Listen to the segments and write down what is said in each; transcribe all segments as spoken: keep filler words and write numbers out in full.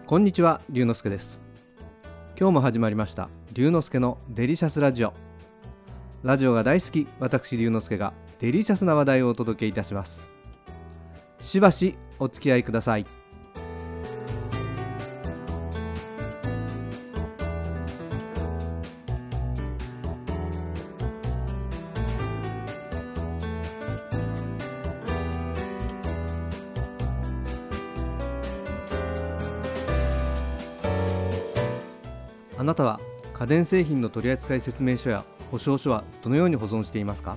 こんにちは、龍之介です。今日も始まりました龍之介のデリシャスラジオ。ラジオが大好き私龍之介がデリシャスな話題をお届けいたします。しばしお付き合いください。あなたは家電製品の取扱説明書や保証書はどのように保存していますか？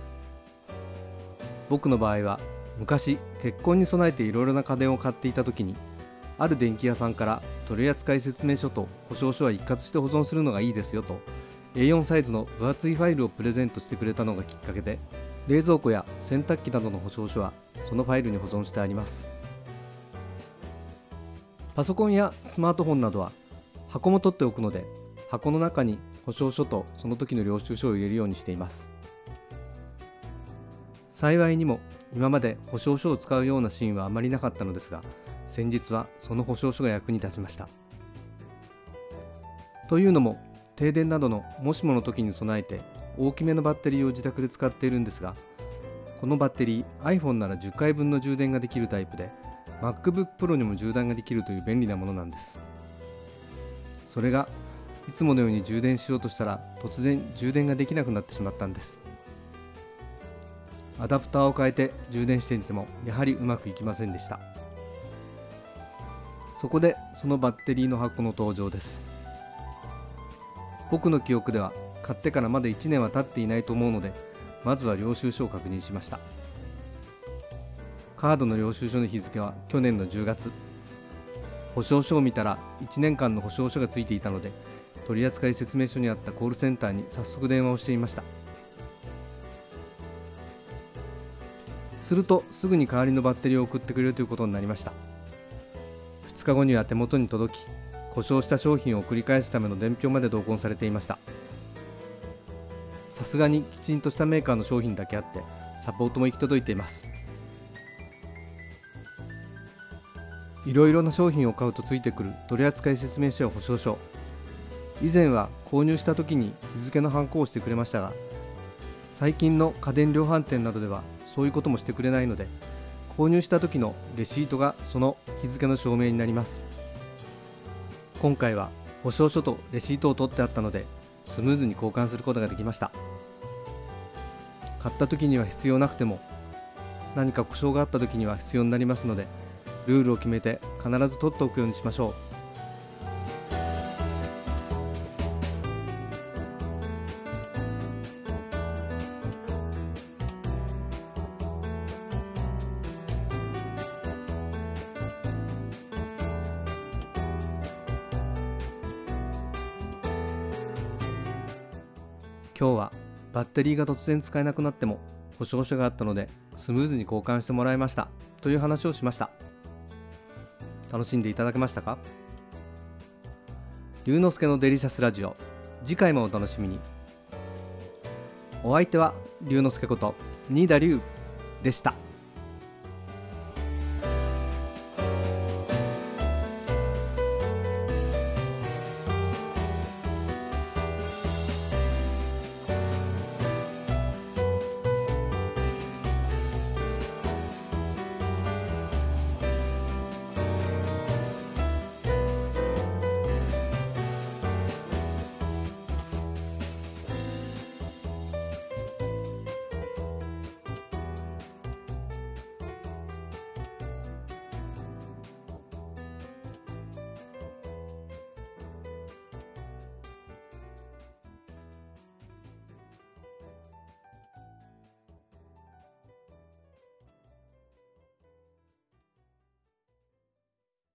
僕の場合は昔結婚に備えていろいろな家電を買っていた時に、ある電気屋さんから取扱説明書と保証書は一括して保存するのがいいですよと エーよん サイズの分厚いファイルをプレゼントしてくれたのがきっかけで、冷蔵庫や洗濯機などの保証書はそのファイルに保存してあります。パソコンやスマートフォンなどは箱も取っておくので、箱の中に保証書とその時の領収書を入れるようにしています。幸いにも今まで保証書を使うようなシーンはあまりなかったのですが、先日はその保証書が役に立ちました。というのも、停電などのもしもの時に備えて大きめのバッテリーを自宅で使っているんですが、このバッテリー iPhone ならじゅっかいぶんの充電ができるタイプで、 MacBook Pro にも充電ができるという便利なものなんです。それがいつものように充電しようとしたら、突然充電ができなくなってしまったんです。アダプターを変えて充電してみてもやはりうまくいきませんでした。そこでそのバッテリーの箱の登場です。僕の記憶では買ってからまだいちねんは経っていないと思うので、まずは領収書を確認しました。カードの領収書の日付は去年のじゅうがつ。保証書を見たらいちねんかんの保証書がついていたので、取扱説明書にあったコールセンターに早速電話をしていました。するとすぐに代わりのバッテリーを送ってくれるということになりました。ふつかごには手元に届き、故障した商品を繰り返すための伝票まで同梱されていました。さすがにきちんとしたメーカーの商品だけあってサポートも行き届いています。いろいろな商品を買うとついてくる取扱説明書や保証書、以前は購入した時に日付のハンコをしてくれましたが、最近の家電量販店などではそういうこともしてくれないので、購入した時のレシートがその日付の証明になります。今回は保証書とレシートを取ってあったので、スムーズに交換することができました。買った時には必要なくても、何か故障があった時には必要になりますので、ルールを決めて必ず取っておくようにしましょう。今日はバッテリーが突然使えなくなっても保証書があったのでスムーズに交換してもらいましたという話をしました。楽しんでいただけましたか？龍之介のデリシャスラジオ、次回もお楽しみに。お相手は龍之介こと新田龍でした。